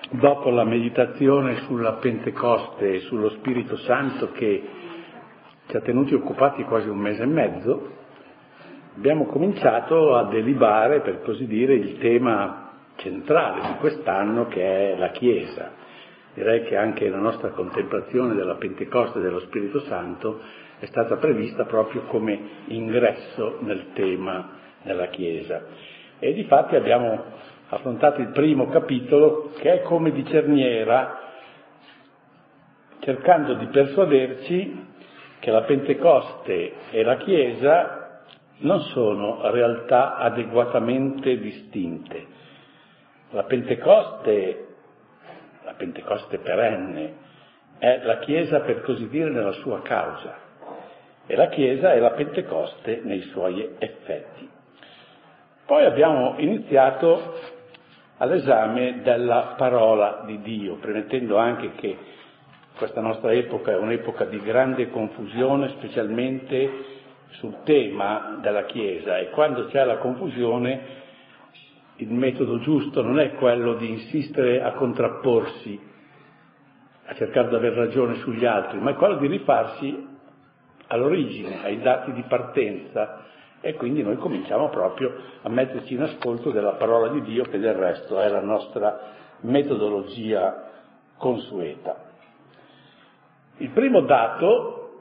Dopo la meditazione sulla Pentecoste e sullo Spirito Santo che ci ha tenuti occupati quasi un mese e mezzo, abbiamo cominciato a delibare, per così dire, il tema centrale di quest'anno, che è la Chiesa. Direi che anche la nostra contemplazione della Pentecoste e dello Spirito Santo è stata prevista proprio come ingresso nel tema della Chiesa. E difatti abbiamo affrontato il primo capitolo, che è come di cerniera, cercando di persuaderci che la Pentecoste e la Chiesa non sono realtà adeguatamente distinte. La Pentecoste perenne, è la Chiesa, per così dire, nella sua causa, e la Chiesa è la Pentecoste nei suoi effetti. Poi abbiamo iniziato all'esame della parola di Dio, premettendo anche che questa nostra epoca è un'epoca di grande confusione, specialmente sul tema della Chiesa, e quando c'è la confusione il metodo giusto non è quello di insistere a contrapporsi, a cercare di aver ragione sugli altri, ma è quello di rifarsi all'origine, ai dati di partenza. E quindi noi cominciamo proprio a metterci in ascolto della parola di Dio, che del resto è la nostra metodologia consueta. Il primo dato,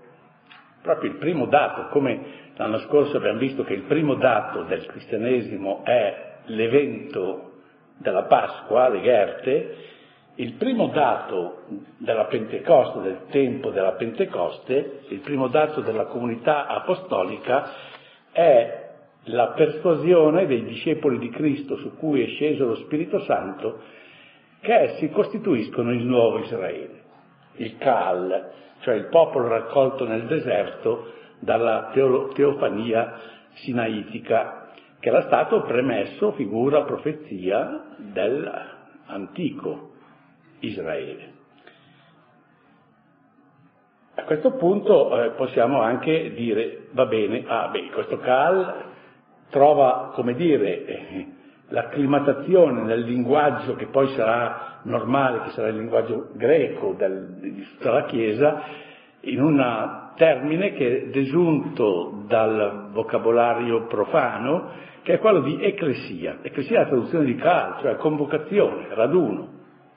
come l'anno scorso abbiamo visto che il primo dato del cristianesimo è l'evento della Pasqua, le Gherte, il primo dato della Pentecoste, del tempo della Pentecoste, il primo dato della comunità apostolica è la persuasione dei discepoli di Cristo, su cui è sceso lo Spirito Santo, che essi costituiscono il nuovo Israele, il Kaal, cioè il popolo raccolto nel deserto dalla teofania sinaitica, che era stato premesso, figura, profezia dell'antico Israele. A questo punto possiamo anche dire, va bene, questo Kaal trova, l'acclimatazione nel linguaggio che poi sarà normale, che sarà il linguaggio greco di tutta la Chiesa, in un termine che è desunto dal vocabolario profano, che è quello di ecclesia. Ecclesia è la traduzione di Kaal, cioè convocazione, raduno.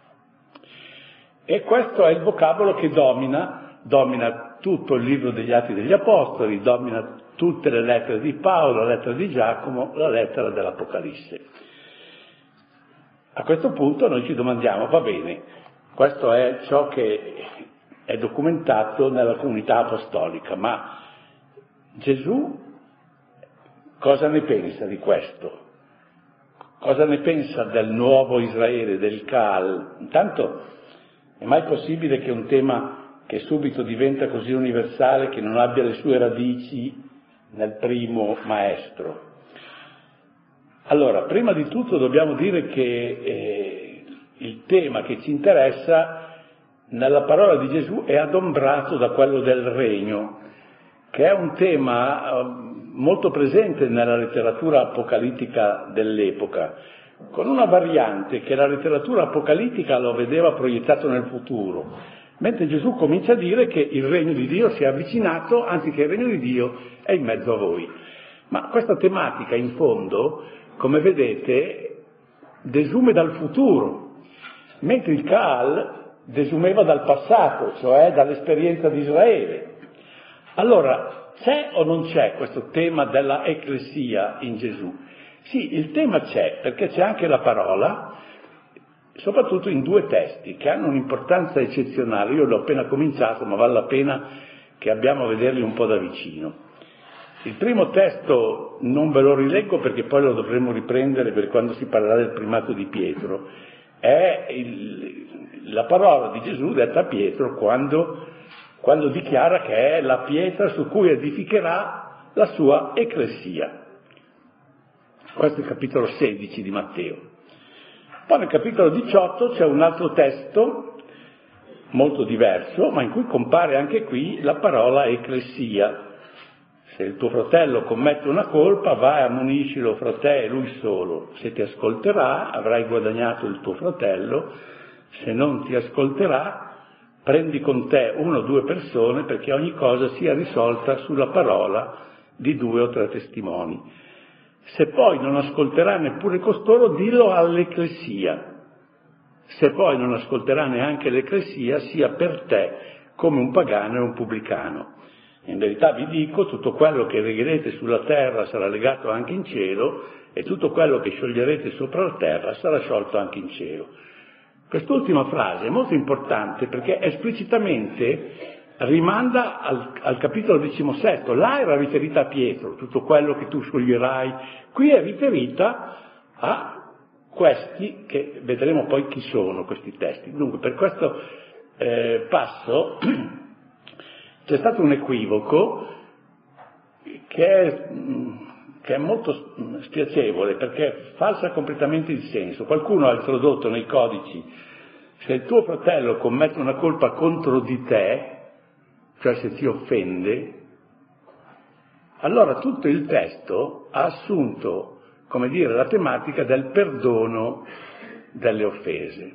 E questo è il vocabolo che domina tutto il libro degli Atti degli Apostoli, domina tutte le lettere di Paolo, la lettera di Giacomo, la lettera dell'Apocalisse. A questo punto noi ci domandiamo, va bene, questo è ciò che è documentato nella comunità apostolica, ma Gesù cosa ne pensa di questo? Cosa ne pensa del nuovo Israele, del Kaal? Intanto, è mai possibile che un tema che subito diventa così universale che non abbia le sue radici nel primo maestro? Allora, prima di tutto dobbiamo dire che il tema che ci interessa nella parola di Gesù è adombrato da quello del regno, che è un tema molto presente nella letteratura apocalittica dell'epoca, con una variante che la letteratura apocalittica lo vedeva proiettato nel futuro, mentre Gesù comincia a dire che il regno di Dio si è avvicinato, anzi che il regno di Dio è in mezzo a voi. Ma questa tematica, in fondo, come vedete, desume dal futuro, mentre il Kaal desumeva dal passato, cioè dall'esperienza di Israele. Allora, c'è o non c'è questo tema della ecclesia in Gesù? Sì, il tema c'è, perché c'è anche la parola, soprattutto in due testi che hanno un'importanza eccezionale. Io l'ho appena cominciato, ma vale la pena che abbiamo a vederli un po' da vicino. Il primo testo non ve lo rileggo perché poi lo dovremo riprendere per quando si parlerà del primato di Pietro. È la parola di Gesù detta a Pietro quando dichiara che è la pietra su cui edificherà la sua ecclesia. Questo è il capitolo 16 di Matteo. Poi nel capitolo 18 c'è un altro testo molto diverso, ma in cui compare anche qui la parola ecclesia. Se il tuo fratello commette una colpa, vai, ammoniscilo fra te e lui solo. Se ti ascolterà, avrai guadagnato il tuo fratello. Se non ti ascolterà, prendi con te 1 o 2 persone perché ogni cosa sia risolta sulla parola di 2 o 3 testimoni. Se poi non ascolterà neppure costoro, dillo all'ecclesia. Se poi non ascolterà neanche l'ecclesia, sia per te come un pagano e un pubblicano. In verità vi dico, tutto quello che legherete sulla terra sarà legato anche in cielo, e tutto quello che scioglierete sopra la terra sarà sciolto anche in cielo. Quest'ultima frase è molto importante perché esplicitamente rimanda al capitolo 17. Là era riferita a Pietro, tutto quello che tu scioglierai. Qui è riferita a questi, che vedremo poi chi sono questi testi. Dunque, per questo passo c'è stato un equivoco che è molto spiacevole, perché falsa completamente il senso. Qualcuno ha introdotto nei codici: se il tuo fratello commette una colpa contro di te, cioè se ti offende, allora tutto il testo ha assunto, come dire, la tematica del perdono delle offese.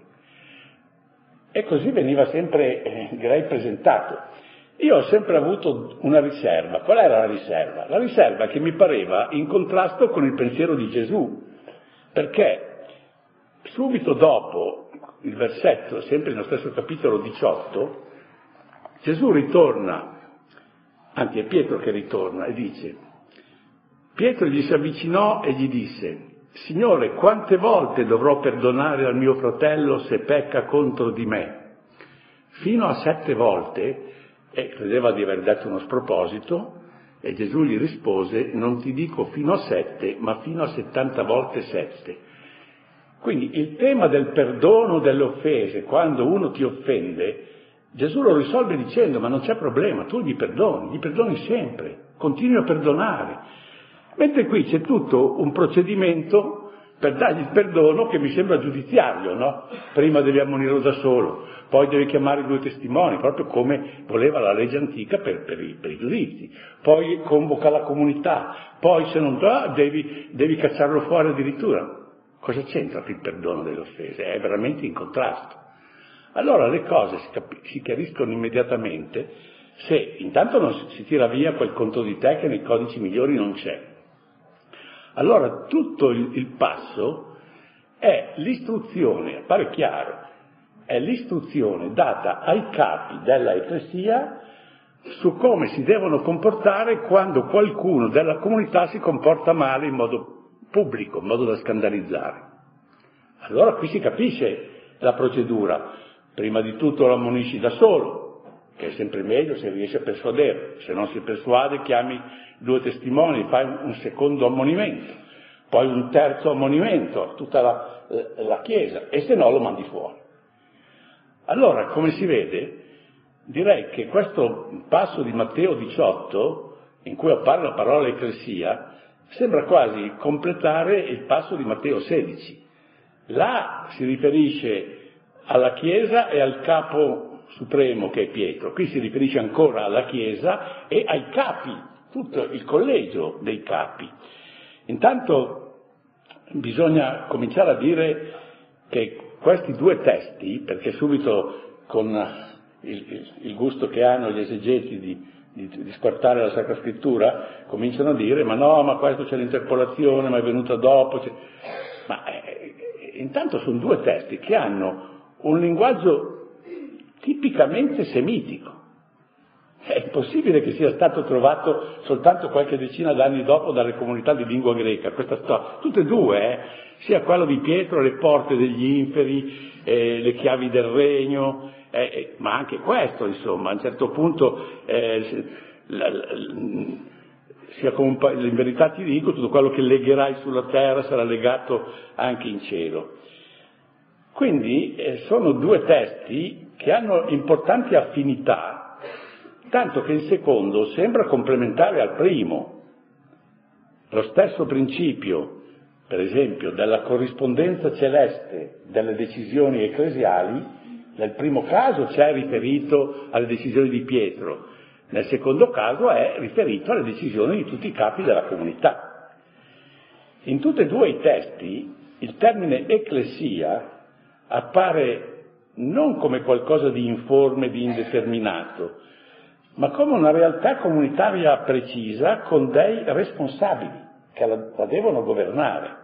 E così veniva sempre, direi, presentato. Io ho sempre avuto una riserva. Qual era la riserva? La riserva che mi pareva in contrasto con il pensiero di Gesù, perché subito dopo il versetto, sempre nello stesso capitolo 18, Gesù ritorna, anzi è Pietro che ritorna e dice: Pietro gli si avvicinò e gli disse: Signore, quante volte dovrò perdonare al mio fratello se pecca contro di me? Fino a 7 volte? E credeva di aver detto uno sproposito, e Gesù gli rispose: non ti dico fino a 7, ma fino a 70 volte 7. Quindi il tema del perdono delle offese, quando uno ti offende, Gesù lo risolve dicendo: ma non c'è problema, tu gli perdoni sempre, continui a perdonare. Mentre qui c'è tutto un procedimento per dargli il perdono che mi sembra giudiziario, no? Prima devi ammonirlo da solo, poi devi chiamare 2 testimoni, proprio come voleva la legge antica per i giudizi, poi convoca la comunità, poi se non dà devi cacciarlo fuori addirittura. Cosa c'entra il perdono delle offese? È veramente in contrasto. Allora le cose si chiariscono immediatamente se intanto non si tira via quel conto di te che nei codici migliori non c'è. Allora tutto il passo è l'istruzione, appare chiaro, è l'istruzione data ai capi della ecclesia su come si devono comportare quando qualcuno della comunità si comporta male in modo pubblico, in modo da scandalizzare. Allora qui si capisce la procedura. Prima di tutto lo ammonisci da solo, che è sempre meglio se riesci a persuadere. Se non si persuade, chiami 2 testimoni, fai un secondo ammonimento, poi un terzo ammonimento a tutta la Chiesa, e se no lo mandi fuori. Allora, come si vede, direi che questo passo di Matteo 18, in cui appare la parola ecclesia, sembra quasi completare il passo di Matteo 16. Là si riferisce alla Chiesa e al capo supremo che è Pietro. Qui si riferisce ancora alla Chiesa e ai capi, tutto il collegio dei capi. Intanto bisogna cominciare a dire che questi 2 testi, perché subito con il gusto che hanno gli esegeti di squartare la Sacra Scrittura, cominciano a dire: ma no, ma questo c'è l'interpolazione, ma è venuta dopo. Intanto sono 2 testi che hanno un linguaggio tipicamente semitico. È impossibile che sia stato trovato soltanto qualche decina d'anni dopo dalle comunità di lingua greca, questa storia. Tutte e 2, sia quello di Pietro, le porte degli inferi, le chiavi del regno, ma anche questo, insomma, a un certo punto, sia come in verità ti dico, tutto quello che legherai sulla terra sarà legato anche in cielo. Quindi sono 2 testi che hanno importanti affinità, tanto che il secondo sembra complementare al primo. Lo stesso principio, per esempio, della corrispondenza celeste delle decisioni ecclesiali, nel primo caso c'è riferito alle decisioni di Pietro, nel secondo caso è riferito alle decisioni di tutti i capi della comunità. In tutti e 2 i testi il termine ecclesia appare non come qualcosa di informe, di indeterminato, ma come una realtà comunitaria precisa con dei responsabili che la devono governare.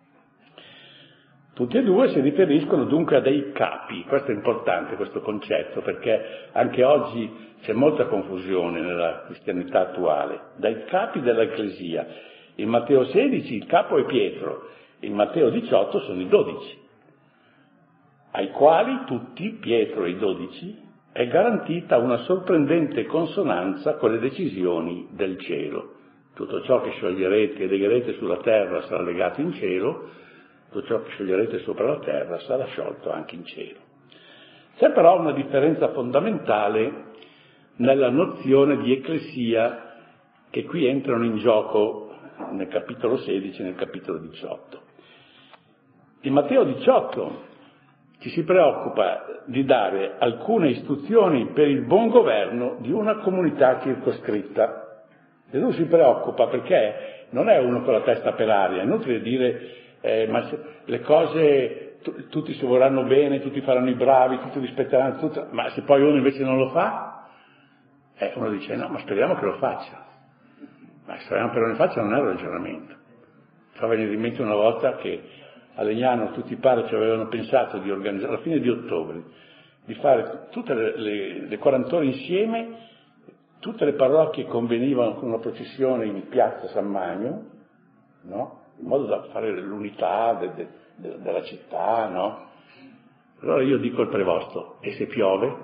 Tutti e due si riferiscono dunque a dei capi. Questo è importante, questo concetto, perché anche oggi c'è molta confusione nella cristianità attuale. Dai capi dell'Ecclesia. In Matteo 16 il capo è Pietro, in Matteo 18 sono i 12, ai quali tutti, Pietro e i 12, è garantita una sorprendente consonanza con le decisioni del cielo. Tutto ciò che scioglierete e legherete sulla terra sarà legato in cielo, tutto ciò che scioglierete sopra la terra sarà sciolto anche in cielo. C'è però una differenza fondamentale nella nozione di ecclesia che qui entrano in gioco nel capitolo 16 e nel capitolo 18. In Matteo 18 ci si preoccupa di dare alcune istruzioni per il buon governo di una comunità circoscritta. Gesù si preoccupa perché non è uno con la testa per aria, è inutile dire ma le cose tutti si vorranno bene, tutti faranno i bravi, tutti rispetteranno tutto, ma se poi uno invece non lo fa, uno dice no, ma speriamo che lo faccia. Ma speriamo che non lo faccia non è un ragionamento. Fa venire in mente una volta che a Legnano tutti i parroci avevano pensato di organizzare, alla fine di ottobre, di fare tutte le 40 ore insieme, tutte le parrocchie convenivano con una processione in piazza San Magno, no? In modo da fare l'unità della città, no? Allora io dico al prevosto, e se piove?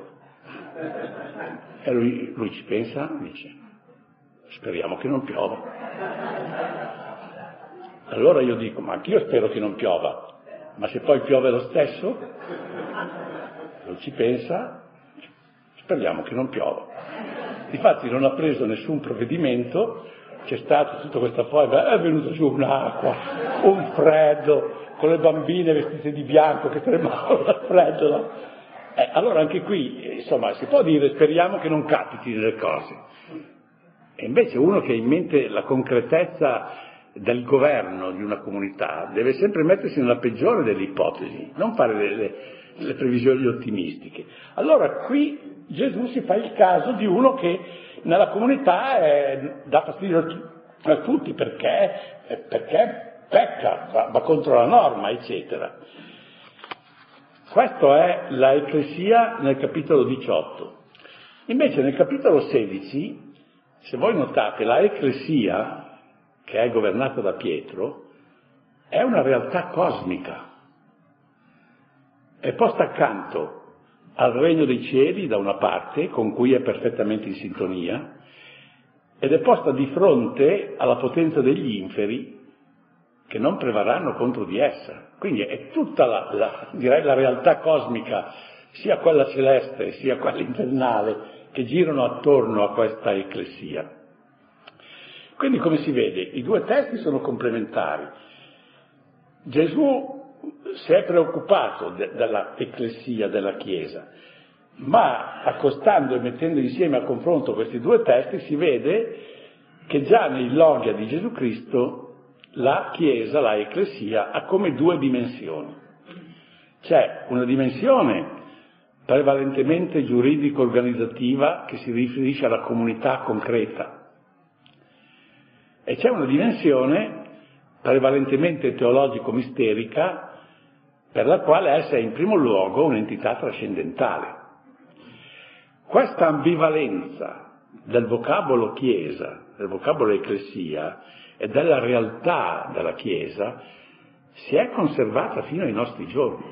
E lui ci pensa, dice, speriamo che non piova. Allora io dico, ma anch'io spero che non piova, ma se poi piove lo stesso? Lui ci pensa, speriamo che non piova. Difatti non ha preso nessun provvedimento, c'è stata tutta questa foglia, è venuta giù un'acqua, un freddo, con le bambine vestite di bianco che tremavano dal freddo, no? Allora anche qui, insomma, si può dire speriamo che non capiti delle cose. E invece uno che ha in mente la concretezza del governo di una comunità deve sempre mettersi nella peggiore delle ipotesi, non fare le previsioni ottimistiche. Allora qui Gesù si fa il caso di uno che nella comunità dà fastidio a tutti perché pecca, va contro la norma, eccetera. Questo è la Ecclesia nel capitolo 18. Invece nel capitolo 16, se voi notate, la Ecclesia, che è governata da Pietro, è una realtà cosmica. È posta accanto al regno dei cieli da una parte, con cui è perfettamente in sintonia, ed è posta di fronte alla potenza degli inferi che non prevarranno contro di essa. Quindi è tutta direi la realtà cosmica, sia quella celeste sia quella infernale, che girano attorno a questa ecclesia. Quindi come si vede, i due testi sono complementari. Gesù si è preoccupato della ecclesia, della Chiesa, ma accostando e mettendo insieme a confronto questi due testi si vede che già nei logia di Gesù Cristo la Chiesa, la ecclesia, ha come due dimensioni. C'è una dimensione prevalentemente giuridico-organizzativa che si riferisce alla comunità concreta e c'è una dimensione prevalentemente teologico-misterica per la quale essa è in primo luogo un'entità trascendentale. Questa ambivalenza del vocabolo Chiesa, del vocabolo Ecclesia e della realtà della Chiesa si è conservata fino ai nostri giorni.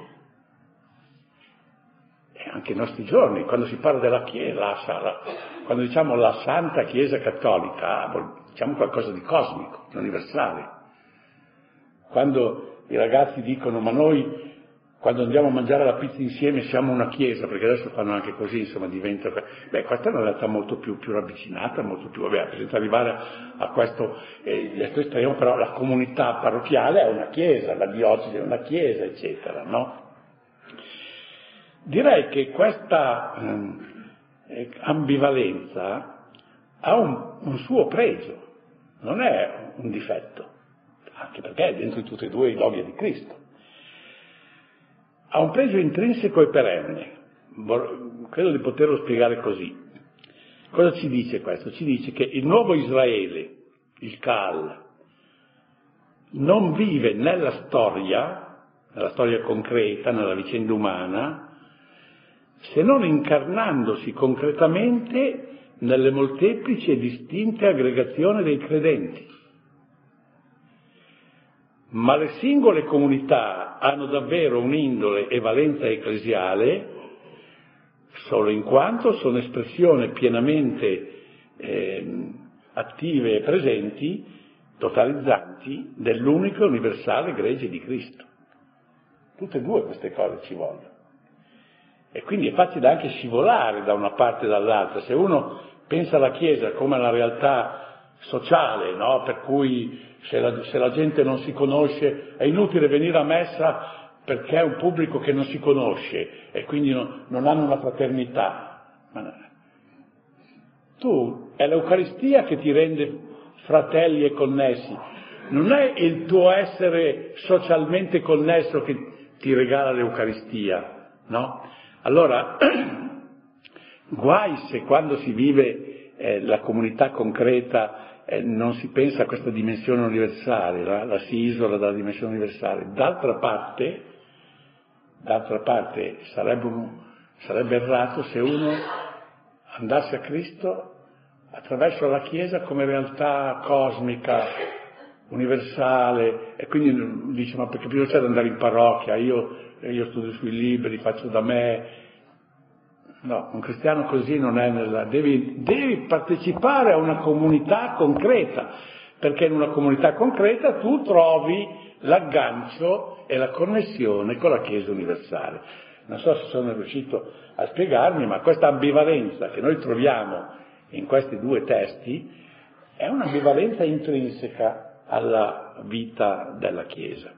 E anche ai nostri giorni, quando si parla della Chiesa, quando diciamo la Santa Chiesa Cattolica, diciamo qualcosa di cosmico, di universale. Quando i ragazzi dicono ma noi quando andiamo a mangiare la pizza insieme siamo una chiesa, perché adesso fanno anche così, insomma diventa... questa è una realtà molto più ravvicinata, molto più... senza arrivare a questo estremo, però la comunità parrocchiale è una chiesa, la diocesi è una chiesa, eccetera, no? Direi che questa ambivalenza ha un suo pregio, non è un difetto, anche perché è dentro di tutti e due i loghi di Cristo. ha un pregio intrinseco e perenne. Credo di poterlo spiegare così. Cosa ci dice questo? Ci dice che il nuovo Israele, il Kaal, non vive nella storia concreta, nella vicenda umana, se non incarnandosi concretamente nelle molteplici e distinte aggregazioni dei credenti. Ma le singole comunità hanno davvero un'indole e valenza ecclesiale solo in quanto sono espressione pienamente attive e presenti, totalizzanti, dell'unico e universale gregge di Cristo. Tutte e due queste cose ci vogliono. E quindi è facile anche scivolare da una parte e dall'altra. Se uno pensa alla Chiesa come alla realtà sociale, no? Per cui se la gente non si conosce è inutile venire a messa perché è un pubblico che non si conosce e quindi non hanno una fraternità. È l'Eucaristia che ti rende fratelli e connessi, non è il tuo essere socialmente connesso che ti regala l'Eucaristia, no? Allora, guai se quando si vive la comunità concreta non si pensa a questa dimensione universale, la si isola dalla dimensione universale. D'altra parte sarebbe errato se uno andasse a Cristo attraverso la Chiesa come realtà cosmica, universale, e quindi dice: ma perché bisogna andare in parrocchia, io studio sui libri, faccio da me. No, un cristiano così non è devi partecipare a una comunità concreta, perché in una comunità concreta tu trovi l'aggancio e la connessione con la Chiesa universale. Non so se sono riuscito a spiegarmi, ma questa ambivalenza che noi troviamo in questi due testi è un'ambivalenza intrinseca alla vita della Chiesa.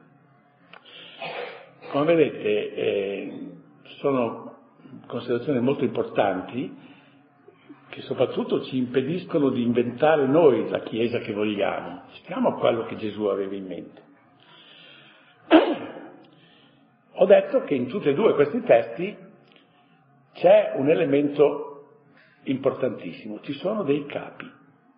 Come vedete, sono considerazioni molto importanti che soprattutto ci impediscono di inventare noi la Chiesa che vogliamo. Stiamo a quello che Gesù aveva in mente. Ho detto che in tutti e due questi testi c'è un elemento importantissimo, ci sono dei capi.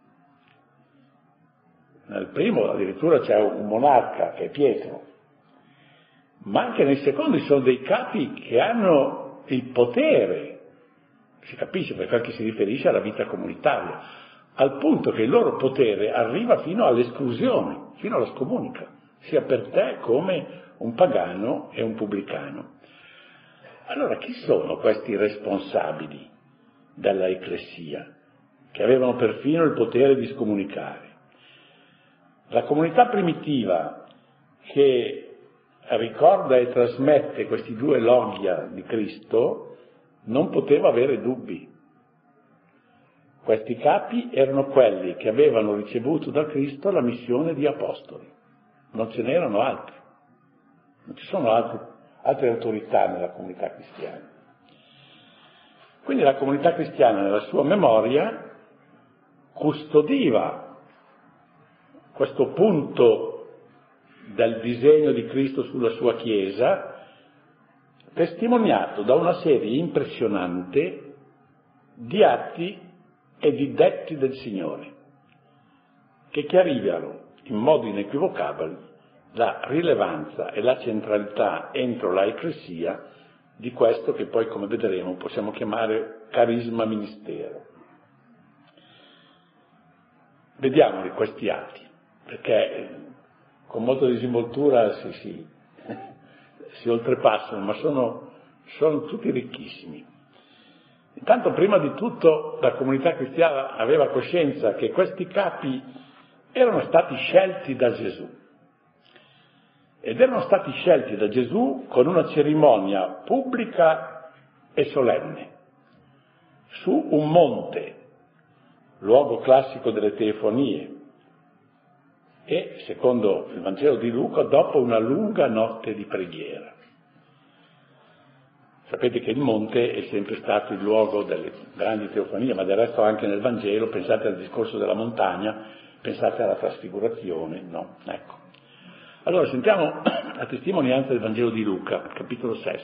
Nel primo addirittura c'è un monarca che è Pietro, ma anche nel secondo ci sono dei capi che hanno il potere, si capisce perché si riferisce alla vita comunitaria, al punto che il loro potere arriva fino all'esclusione, fino alla scomunica, sia per te come un pagano e un pubblicano. Allora chi sono questi responsabili della Ecclesia, che avevano perfino il potere di scomunicare? La comunità primitiva che ricorda e trasmette questi due loggia di Cristo non poteva avere dubbi. Questi capi erano quelli che avevano ricevuto da Cristo la missione di apostoli, non ce n'erano altri, non ci sono altre autorità nella comunità cristiana. Quindi la comunità cristiana nella sua memoria custodiva questo punto del disegno di Cristo sulla sua Chiesa, testimoniato da una serie impressionante di atti e di detti del Signore, che chiarivano in modo inequivocabile la rilevanza e la centralità entro la Ecclesia di questo che poi, come vedremo, possiamo chiamare carisma ministero. Vediamoli questi atti, perché con molta disinvoltura si oltrepassano, ma sono tutti ricchissimi. Intanto, prima di tutto, la comunità cristiana aveva coscienza che questi capi erano stati scelti da Gesù. Ed erano stati scelti da Gesù con una cerimonia pubblica e solenne, su un monte, luogo classico delle teofonie, e, secondo il Vangelo di Luca, dopo una lunga notte di preghiera. Sapete che il monte è sempre stato il luogo delle grandi teofonie, ma del resto anche nel Vangelo, pensate al discorso della montagna, pensate alla trasfigurazione, no? Ecco. Allora sentiamo la testimonianza del Vangelo di Luca, capitolo 6.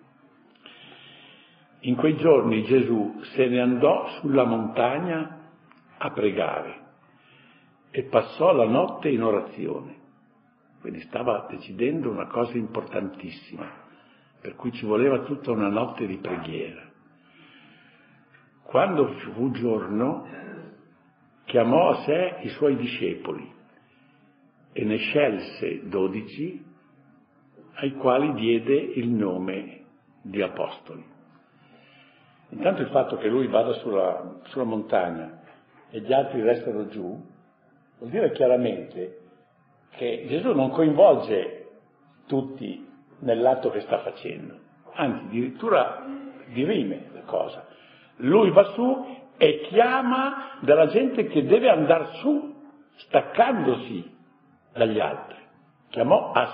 In quei giorni Gesù se ne andò sulla montagna a pregare e passò la notte in orazione. Quindi stava decidendo una cosa importantissima, per cui ci voleva tutta una notte di preghiera. Quando fu giorno, chiamò a sé i suoi discepoli e ne scelse 12, ai quali diede il nome di apostoli. Intanto il fatto che lui vada sulla montagna e gli altri restano giù, vuol dire chiaramente che Gesù non coinvolge tutti nell'atto che sta facendo, anzi addirittura dirime la cosa. Lui va su e chiama della gente che deve andare su, staccandosi dagli altri. Chiamò a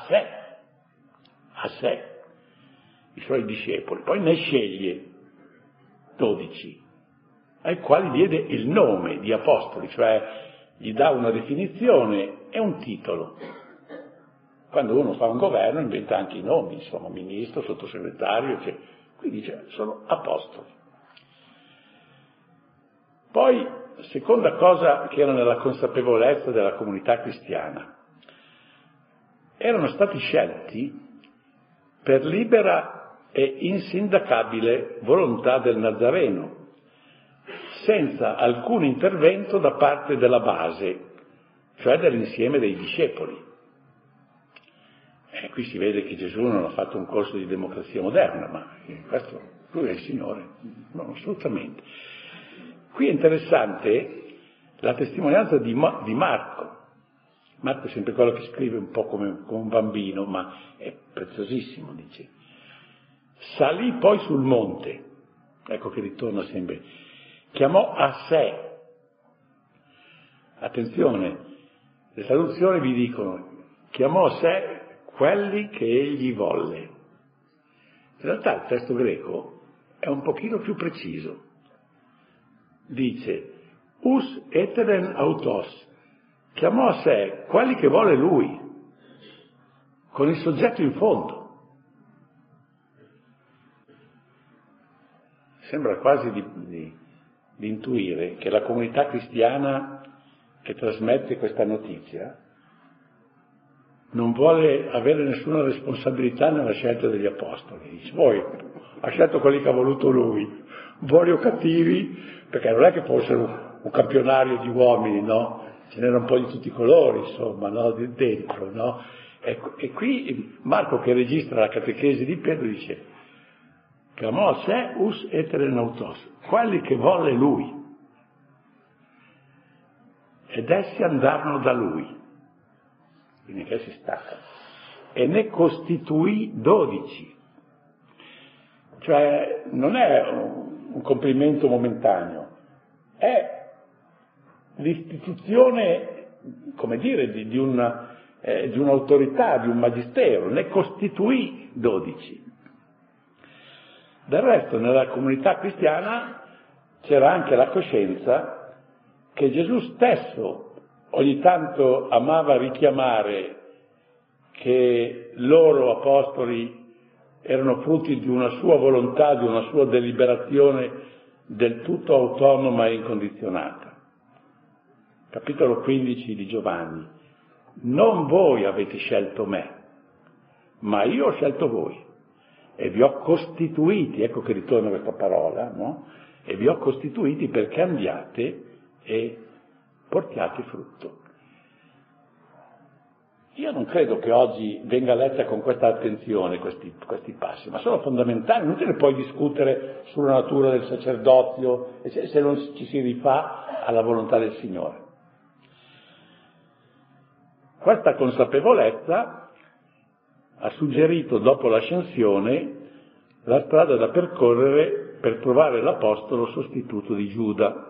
sé i suoi discepoli, poi ne sceglie 12, ai quali diede il nome di apostoli, cioè gli dà una definizione e un titolo. Quando uno fa un governo inventa anche i nomi, insomma, ministro, sottosegretario, qui dice sono apostoli. Poi, seconda cosa che era nella consapevolezza della comunità cristiana, erano stati scelti per libera e insindacabile volontà del Nazareno, senza alcun intervento da parte della base, cioè dell'insieme dei discepoli. Qui si vede che Gesù non ha fatto un corso di democrazia moderna, ma questo, lui è il Signore, no, assolutamente. Qui è interessante la testimonianza di Marco. Marco è sempre quello che scrive un po' come un bambino, ma è preziosissimo, dice. Salì poi sul monte, ecco che ritorna sempre, chiamò a sé. Attenzione, le traduzioni vi dicono, chiamò a sé quelli che egli volle. In realtà il testo greco è un pochino più preciso. Dice, us eteren autos, chiamò a sé quelli che vuole lui, con il soggetto in fondo. Sembra quasi di intuire che la comunità cristiana che trasmette questa notizia non vuole avere nessuna responsabilità nella scelta degli apostoli. Dice, poi ha scelto quelli che ha voluto lui, buoni o cattivi, perché non è che fossero un campionario di uomini, no? Ce n'era un po' di tutti i colori, insomma, no? Dentro, no? E qui Marco, che registra la catechesi di Pietro, dice, chiamò a sé us eteren autos, quelli che volle lui, ed essi andarono da lui, quindi che si staccano, e ne costituì 12. Cioè non è un complimento momentaneo, è l'istituzione, come dire, di un'autorità, di un magistero, ne costituì 12. Del resto nella comunità cristiana c'era anche la coscienza che Gesù stesso ogni tanto amava richiamare che loro apostoli erano frutti di una sua volontà, di una sua deliberazione del tutto autonoma e incondizionata. Capitolo 15 di Giovanni. Non voi avete scelto me, ma io ho scelto voi e vi ho costituiti, ecco che ritorna questa parola, no? E vi ho costituiti perché andiate e portiate frutto. Io non credo che oggi venga letta con questa attenzione questi passi, ma sono fondamentali, non te ne puoi discutere sulla natura del sacerdozio se non ci si rifà alla volontà del Signore. Questa consapevolezza ha suggerito dopo l'ascensione la strada da percorrere per trovare l'apostolo sostituto di Giuda,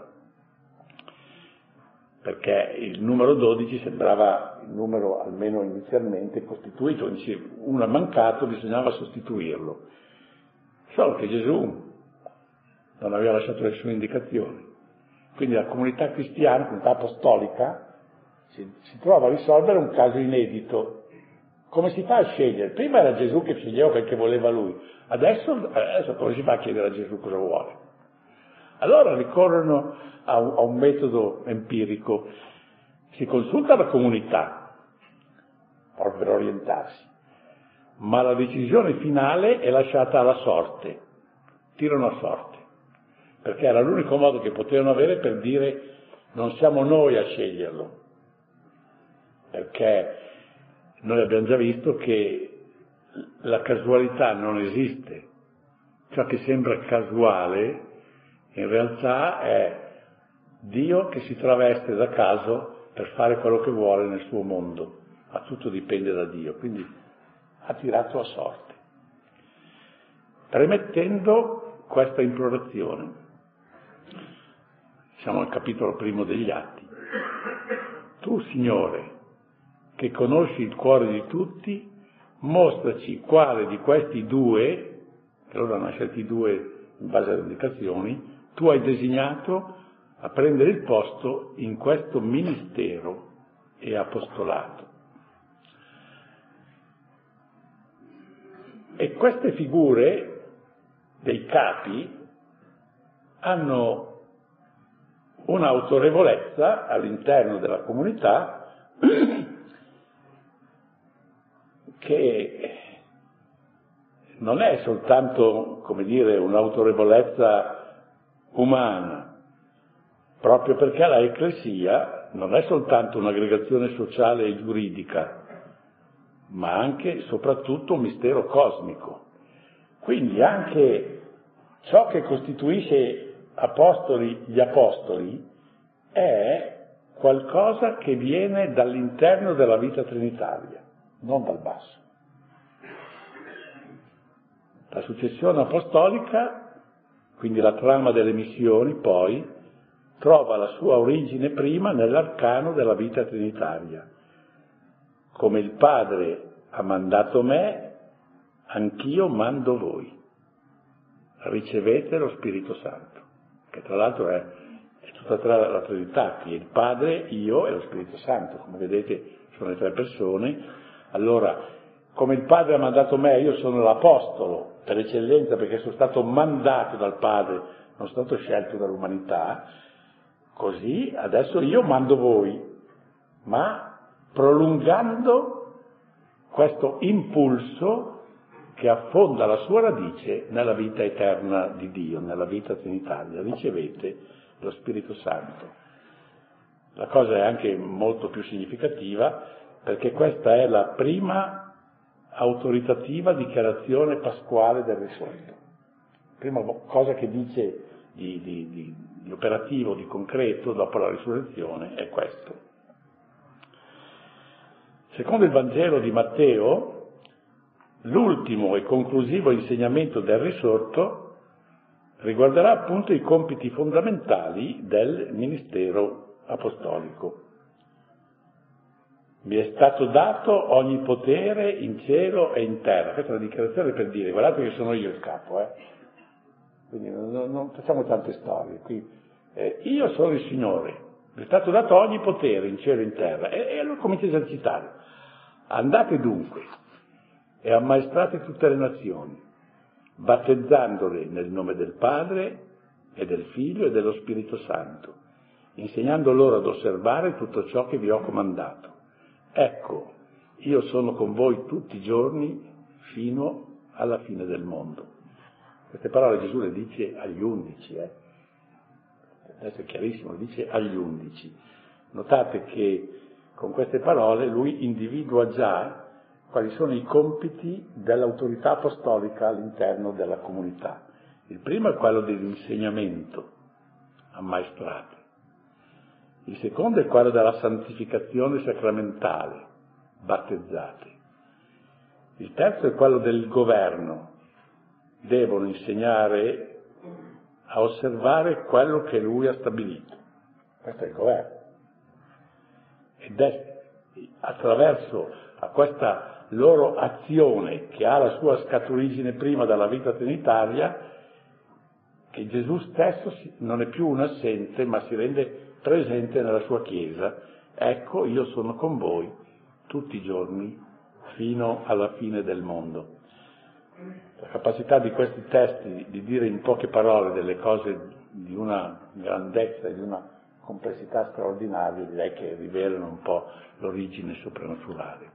perché il numero 12 sembrava il numero, almeno inizialmente, costituito, uno è mancato, bisognava sostituirlo. Solo che Gesù non aveva lasciato nessuna indicazione. Quindi la comunità cristiana, la comunità apostolica, si trova a risolvere un caso inedito. Come si fa a scegliere? Prima era Gesù che sceglieva quel che voleva lui, adesso come si fa a chiedere a Gesù cosa vuole? Allora ricorrono a un metodo empirico, si consulta la comunità, proprio per orientarsi, ma la decisione finale è lasciata alla sorte, tirano a sorte, perché era l'unico modo che potevano avere per dire non siamo noi a sceglierlo, perché noi abbiamo già visto che la casualità non esiste, ciò che sembra casuale in realtà è Dio che si traveste da caso per fare quello che vuole nel suo mondo, ma tutto dipende da Dio, quindi ha tirato a sorte, premettendo questa implorazione. Siamo al capitolo 1 degli Atti. Tu, Signore, che conosci il cuore di tutti, mostraci quale di questi due, che loro hanno scelti due in base alle indicazioni, tu hai designato a prendere il posto in questo ministero e apostolato. E queste figure dei capi hanno un'autorevolezza all'interno della comunità che non è soltanto, come dire, un'autorevolezza umana, proprio perché la Ecclesia non è soltanto un'aggregazione sociale e giuridica, ma anche e soprattutto un mistero cosmico. Quindi anche ciò che costituisce gli apostoli è qualcosa che viene dall'interno della vita trinitaria, non dal basso. La successione apostolica, quindi la trama delle missioni, poi trova la sua origine prima nell'arcano della vita trinitaria. Come il Padre ha mandato me, anch'io mando voi. Ricevete lo Spirito Santo, che tra l'altro è tutta la Trinità, qui il Padre, io e lo Spirito Santo, come vedete sono le tre persone. Allora, come il Padre ha mandato me, io sono l'Apostolo per eccellenza perché sono stato mandato dal Padre, non sono stato scelto dall'umanità, così adesso io mando voi, ma prolungando questo impulso che affonda la sua radice nella vita eterna di Dio, nella vita trinitaria. Ricevete lo Spirito Santo. La cosa è anche molto più significativa perché questa è la prima autoritativa dichiarazione pasquale del risorto. La prima cosa che dice di operativo, di concreto dopo la risurrezione è questo. Secondo il Vangelo di Matteo, l'ultimo e conclusivo insegnamento del risorto riguarderà appunto i compiti fondamentali del ministero apostolico. Mi è stato dato ogni potere in cielo e in terra. Questa è una dichiarazione per dire, guardate che sono io il capo, Quindi non facciamo tante storie qui. Io sono il Signore, mi è stato dato ogni potere in cielo e in terra. E allora comincia a esercitare. Andate dunque e ammaestrate tutte le nazioni, battezzandole nel nome del Padre e del Figlio e dello Spirito Santo, insegnando loro ad osservare tutto ciò che vi ho comandato. Ecco, io sono con voi tutti i giorni fino alla fine del mondo. Queste parole Gesù le dice agli 11, adesso è chiarissimo, le dice agli 11. Notate che con queste parole lui individua già quali sono i compiti dell'autorità apostolica all'interno della comunità. Il primo è quello dell'insegnamento, ammaestrate. Il secondo è quello della santificazione sacramentale, battezzate. Il terzo è quello del governo. Devono insegnare a osservare quello che lui ha stabilito. Questo è il governo. Ed è attraverso a questa loro azione, che ha la sua scaturigine prima dalla vita trinitaria, che Gesù stesso non è più un assente, ma si rende presente nella sua Chiesa. Ecco, io sono con voi tutti i giorni fino alla fine del mondo. La capacità di questi testi di dire in poche parole delle cose di una grandezza e di una complessità straordinaria, direi che rivelano un po' l'origine soprannaturale.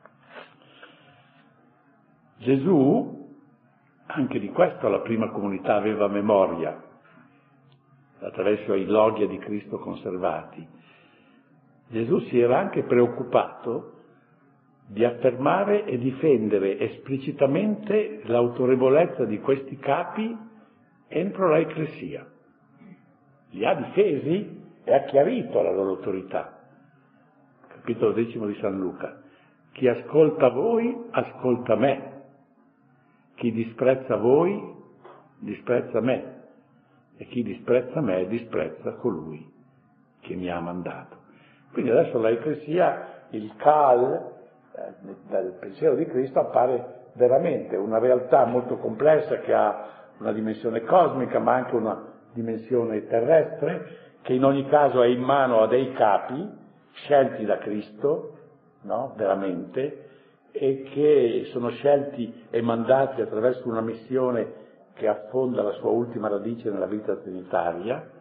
Gesù, anche di questo la prima comunità aveva memoria, attraverso i loghi di Cristo conservati. Gesù si era anche preoccupato di affermare e difendere esplicitamente l'autorevolezza di questi capi entro la Ecclesia. Li ha difesi e ha chiarito la loro autorità. Capitolo 10 di San Luca. Chi ascolta voi, ascolta me. Chi disprezza voi, disprezza me. E chi disprezza me, disprezza colui che mi ha mandato. Quindi adesso la Ecclesia, il Kaal, dal pensiero di Cristo appare veramente una realtà molto complessa che ha una dimensione cosmica ma anche una dimensione terrestre, che in ogni caso è in mano a dei capi scelti da Cristo, no? Veramente, e che sono scelti e mandati attraverso una missione che affonda la sua ultima radice nella vita trinitaria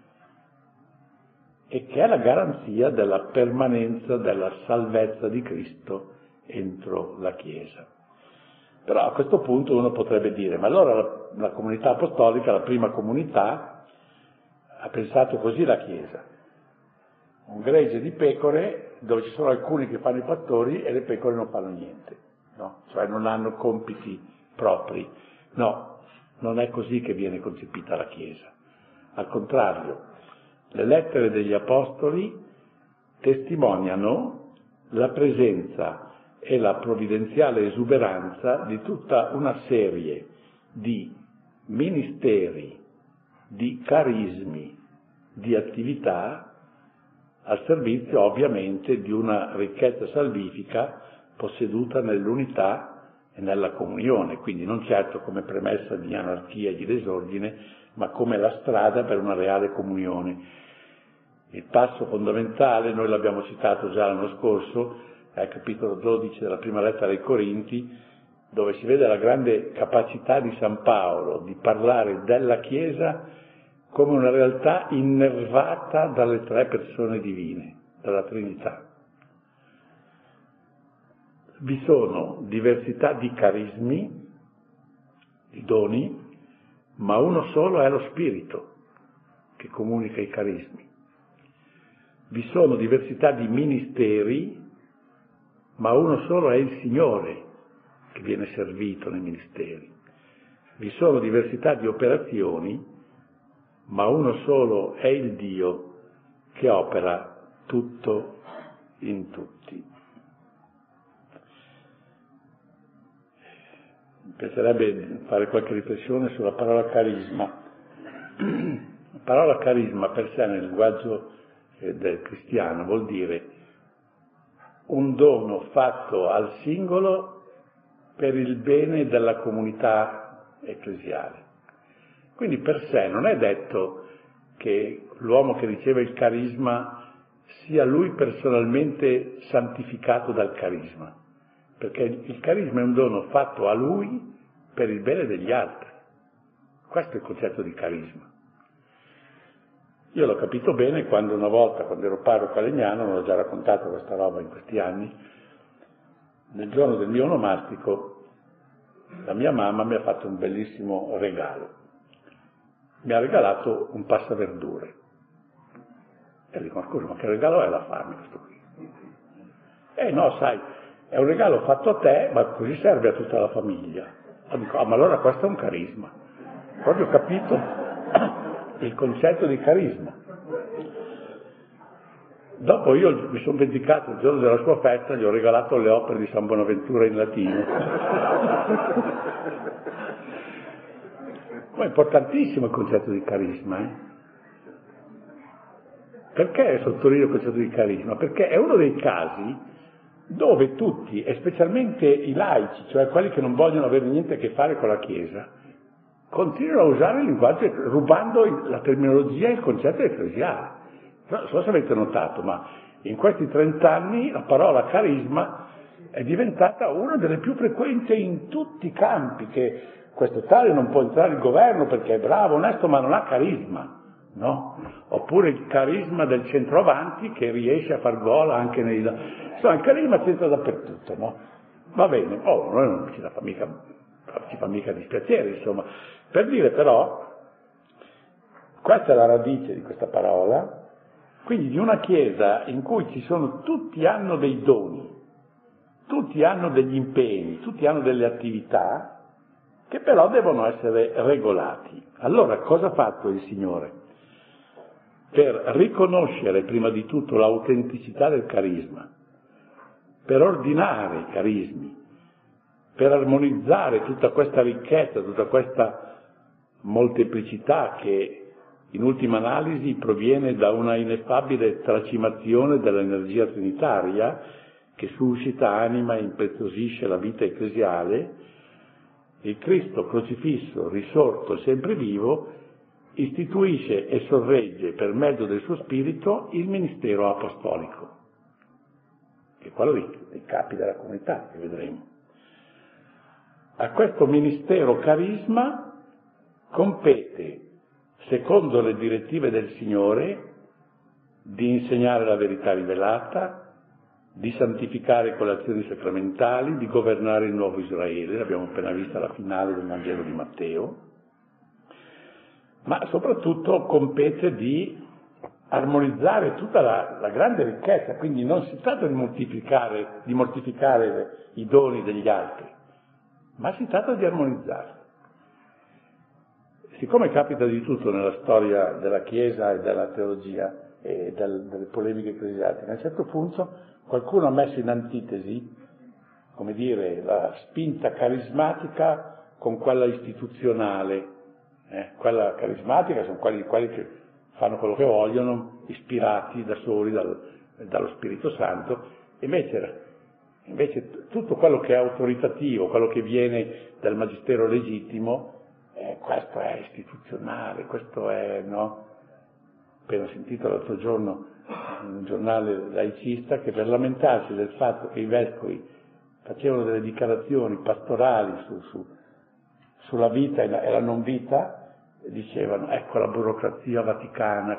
e che è la garanzia della permanenza della salvezza di Cristo entro la Chiesa. Però a questo punto uno potrebbe dire, ma allora la comunità apostolica, la prima comunità, ha pensato così la Chiesa. Un gregge di pecore dove ci sono alcuni che fanno i pastori e le pecore non fanno niente, no? Cioè non hanno compiti propri. No, non è così che viene concepita la Chiesa. Al contrario, le lettere degli Apostoli testimoniano la presenza e la provvidenziale esuberanza di tutta una serie di ministeri, di carismi, di attività al servizio ovviamente di una ricchezza salvifica posseduta nell'unità e nella comunione, quindi non certo come premessa di anarchia e di disordine, ma come la strada per una reale comunione. Il passo fondamentale, noi l'abbiamo citato già l'anno scorso, è il capitolo 12 della prima lettera ai Corinti, dove si vede la grande capacità di San Paolo di parlare della Chiesa come una realtà innervata dalle tre persone divine, dalla Trinità. Vi sono diversità di carismi, di doni, ma uno solo è lo Spirito che comunica i carismi. Vi sono diversità di ministeri, ma uno solo è il Signore che viene servito nei ministeri. Vi sono diversità di operazioni, ma uno solo è il Dio che opera tutto in tutti. Mi piacerebbe fare qualche riflessione sulla parola carisma. La parola carisma per sé nel linguaggio del cristiano vuol dire un dono fatto al singolo per il bene della comunità ecclesiale. Quindi per sé non è detto che l'uomo che riceve il carisma sia lui personalmente santificato dal carisma, perché il carisma è un dono fatto a lui per il bene degli altri. Questo è il concetto di carisma. Io l'ho capito bene quando una volta, quando ero parroco a Legnano, non ho già raccontato questa roba in questi anni, nel giorno del mio onomastico la mia mamma mi ha fatto un bellissimo regalo. Mi ha regalato un passaverdure. E dico, ma scusa, ma che regalo è da farmi questo qui? No, sai, è un regalo fatto a te, ma così serve a tutta la famiglia. E dico, ma allora questo è un carisma. Proprio capito il concetto di carisma. Dopo io mi sono vendicato il giorno della sua festa, gli ho regalato le opere di San Bonaventura in latino. Ma è importantissimo il concetto di carisma. Perché sottolineo il concetto di carisma? Perché è uno dei casi dove tutti, e specialmente i laici, cioè quelli che non vogliono avere niente a che fare con la Chiesa, continuano a usare il linguaggio, rubando la terminologia e il concetto ecclesiale. Non so se avete notato, ma in questi 30 anni la parola carisma è diventata una delle più frequenti in tutti i campi, che questo tale non può entrare in governo perché è bravo, onesto, ma non ha carisma, no? Oppure il carisma del centroavanti che riesce a far gol anche nei... Insomma, il carisma c'entra dappertutto, no? Va bene, noi non ci fa mica dispiacere, insomma. Per dire però, questa è la radice di questa parola, quindi di una Chiesa in cui tutti hanno dei doni, tutti hanno degli impegni, tutti hanno delle attività che però devono essere regolati. Allora cosa ha fatto il Signore? Per riconoscere prima di tutto l'autenticità del carisma, per ordinare i carismi, per armonizzare tutta questa ricchezza, tutta questa molteplicità che in ultima analisi proviene da una ineffabile tracimazione dell'energia trinitaria che suscita, anima e impreziosisce la vita ecclesiale. Il Cristo crocifisso, risorto e sempre vivo, istituisce e sorregge per mezzo del suo spirito il ministero apostolico, che è quello dei capi della comunità, che vedremo. A questo ministero carisma compete, secondo le direttive del Signore, di insegnare la verità rivelata, di santificare con le azioni sacramentali, di governare il nuovo Israele, l'abbiamo appena vista alla finale del Vangelo di Matteo, ma soprattutto compete di armonizzare tutta la grande ricchezza, quindi non si tratta di mortificare i doni degli altri, ma si tratta di armonizzarli. Siccome capita di tutto nella storia della Chiesa e della teologia e delle polemiche ecclesiastiche, a un certo punto qualcuno ha messo in antitesi, come dire, la spinta carismatica con quella istituzionale. Quella carismatica sono quelli che fanno quello che vogliono, ispirati da soli dallo Spirito Santo, invece tutto quello che è autoritativo, quello che viene dal magistero legittimo, questo è istituzionale, questo è, no? Appena sentito l'altro giorno in un giornale laicista che per lamentarsi del fatto che i vescovi facevano delle dichiarazioni pastorali sulla vita e la non vita, dicevano ecco la burocrazia vaticana,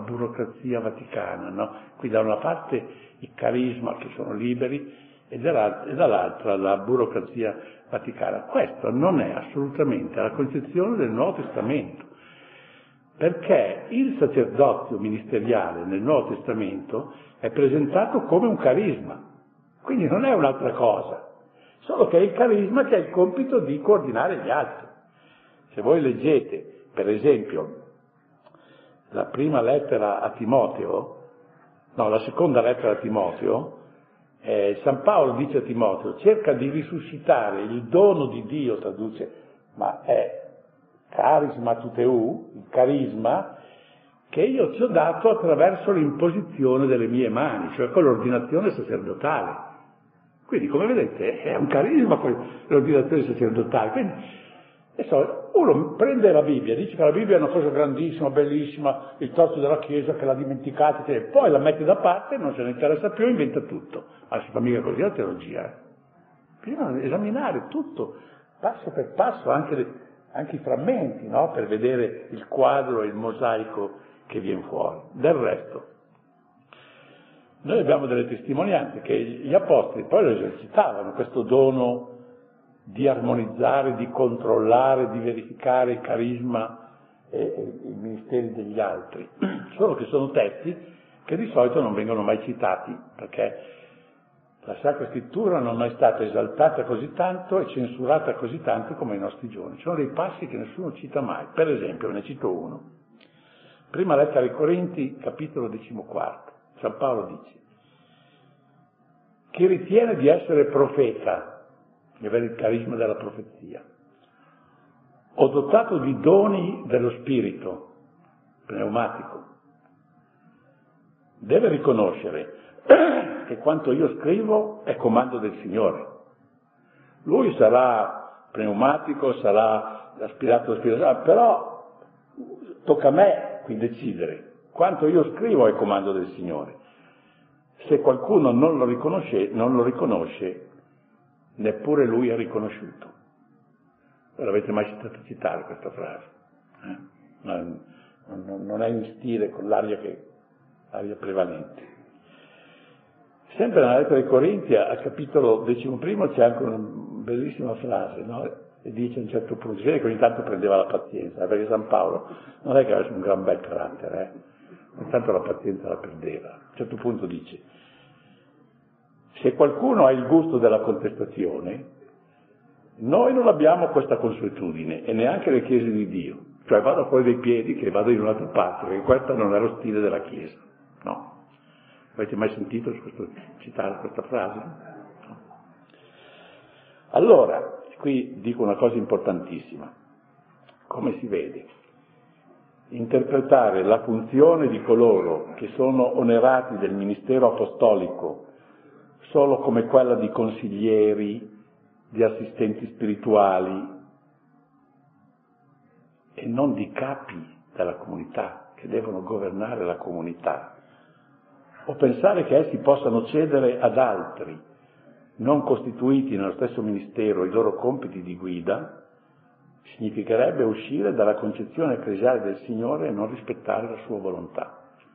no? Qui da una parte il carisma che sono liberi e dall'altra la burocrazia vaticana. Questo non è assolutamente la concezione del Nuovo Testamento, perché il sacerdozio ministeriale nel Nuovo Testamento è presentato come un carisma, quindi non è un'altra cosa, solo che è il carisma che ha il compito di coordinare gli altri. Se voi leggete, per esempio, la seconda lettera a Timoteo, San Paolo dice a Timoteo, cerca di risuscitare il dono di Dio, traduce, ma è carisma tuteu, il carisma, che io ti ho dato attraverso l'imposizione delle mie mani, cioè con l'ordinazione sacerdotale. Quindi, come vedete, è un carisma l'ordinazione sacerdotale. Quindi, uno prende la Bibbia, dice che la Bibbia è una cosa grandissima, bellissima, il torto della Chiesa che l'ha dimenticata, e poi la mette da parte, non se ne interessa più, inventa tutto. Ma si fa mica così la teologia. Bisogna esaminare tutto, passo per passo, anche i frammenti, no? Per vedere il quadro e il mosaico che viene fuori. Del resto, noi abbiamo delle testimonianze che gli apostoli poi lo esercitavano, questo dono di armonizzare, di controllare, di verificare il carisma e i ministeri degli altri, solo che sono testi che di solito non vengono mai citati, perché la Sacra Scrittura non è stata esaltata così tanto e censurata così tanto come ai nostri giorni. Ci sono dei passi che nessuno cita mai. Per esempio, ne cito uno. Prima lettera ai Corinti, capitolo 14. San Paolo dice: chi ritiene di essere profeta, di avere il carisma della profezia, o dotato di doni dello spirito, pneumatico, deve riconoscere che quanto io scrivo è comando del Signore. Lui sarà pneumatico, sarà aspirato allo Spirito Santo, però tocca a me qui decidere. Quanto io scrivo è comando del Signore. Se qualcuno non lo riconosce, neppure lui è riconosciuto. Voi l'avete mai sentito citare questa frase? Non è in stile con l'aria prevalente. Sempre nella lettera ai Corinti, al capitolo 11, c'è anche una bellissima frase, no? E dice a un certo punto, si vede che ogni tanto prendeva la pazienza, perché San Paolo non è che avesse un gran bel carattere, ogni tanto la pazienza la perdeva. A un certo punto dice, se qualcuno ha il gusto della contestazione, noi non abbiamo questa consuetudine, e neanche le chiese di Dio, cioè vado fuori dai piedi che vado in un'altra parte, perché questo non è lo stile della Chiesa, no? Avete mai sentito citare questa frase? No. Allora, qui dico una cosa importantissima. Come si vede? Interpretare la funzione di coloro che sono onerati del ministero apostolico solo come quella di consiglieri, di assistenti spirituali e non di capi della comunità, che devono governare la comunità, o pensare che essi possano cedere ad altri, non costituiti nello stesso ministero, i loro compiti di guida, significherebbe uscire dalla concezione ecclesiale del Signore e non rispettare la sua volontà.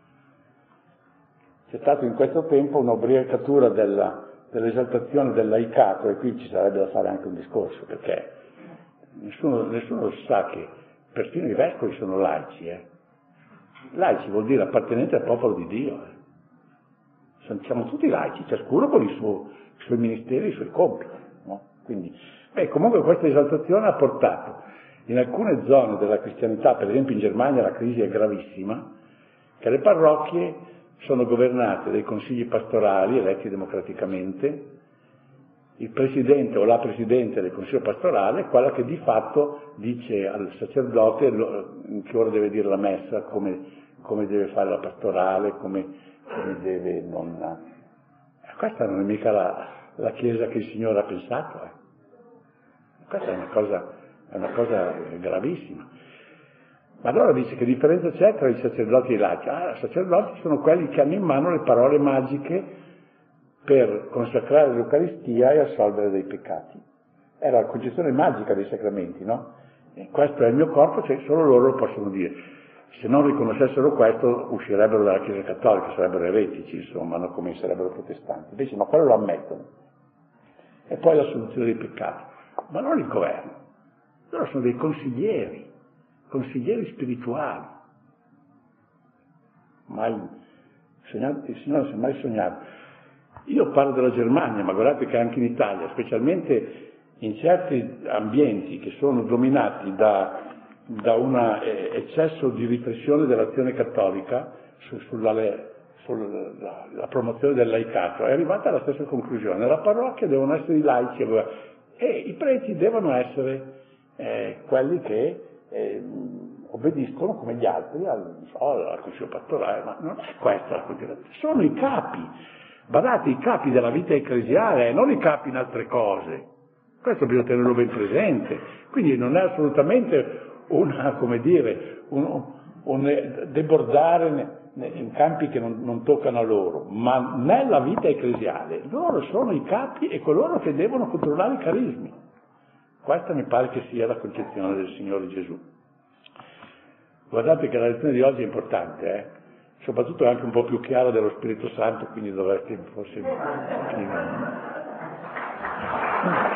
C'è stato in questo tempo un'ubriacatura dell'esaltazione del laicato, e qui ci sarebbe da fare anche un discorso, perché nessuno sa che perfino i vescovi sono laici. Laici vuol dire appartenenti al popolo di Dio. Siamo tutti laici, ciascuno con i suoi ministeri e i suoi compiti. No? Quindi, comunque questa esaltazione ha portato in alcune zone della cristianità, per esempio in Germania la crisi è gravissima, che le parrocchie sono governate dai consigli pastorali eletti democraticamente, il presidente o la presidente del consiglio pastorale è quella che di fatto dice al sacerdote in che ora deve dire la messa, come deve fare la pastorale, come deve non... Questa non è mica la Chiesa che il Signore ha pensato. Questa è una cosa gravissima. Ma allora dice che differenza c'è tra i sacerdoti e i laici? I sacerdoti sono quelli che hanno in mano le parole magiche per consacrare l'Eucaristia e assolvere dei peccati. È la concezione magica dei sacramenti, no? E questo è il mio corpo, cioè solo loro lo possono dire. Se non riconoscessero questo, uscirebbero dalla Chiesa Cattolica, sarebbero eretici, insomma, no? Come sarebbero protestanti. Invece, ma quello lo ammettono. E poi la soluzione dei peccati. Ma non il governo. Loro sono dei consiglieri spirituali. Il Signore non si è mai sognato. Io parlo della Germania, ma guardate che anche in Italia, specialmente in certi ambienti che sono dominati da un eccesso di repressione dell'azione cattolica sulla promozione del laicato, è arrivata alla stessa conclusione. Nella parrocchia devono essere i laici e i preti devono essere quelli che obbediscono come gli altri al consiglio pastorale, ma non è questa la questione, sono i capi. Badate, i capi della vita ecclesiale, non i capi in altre cose. Questo bisogna tenerlo ben presente. Quindi non è assolutamente un debordare in campi che non toccano a loro, ma nella vita ecclesiale loro sono i capi e coloro che devono controllare i carismi. Questa mi pare che sia la concezione del Signore Gesù. Guardate che la lezione di oggi è importante, soprattutto è anche un po' più chiara dello Spirito Santo, quindi dovreste forse finire.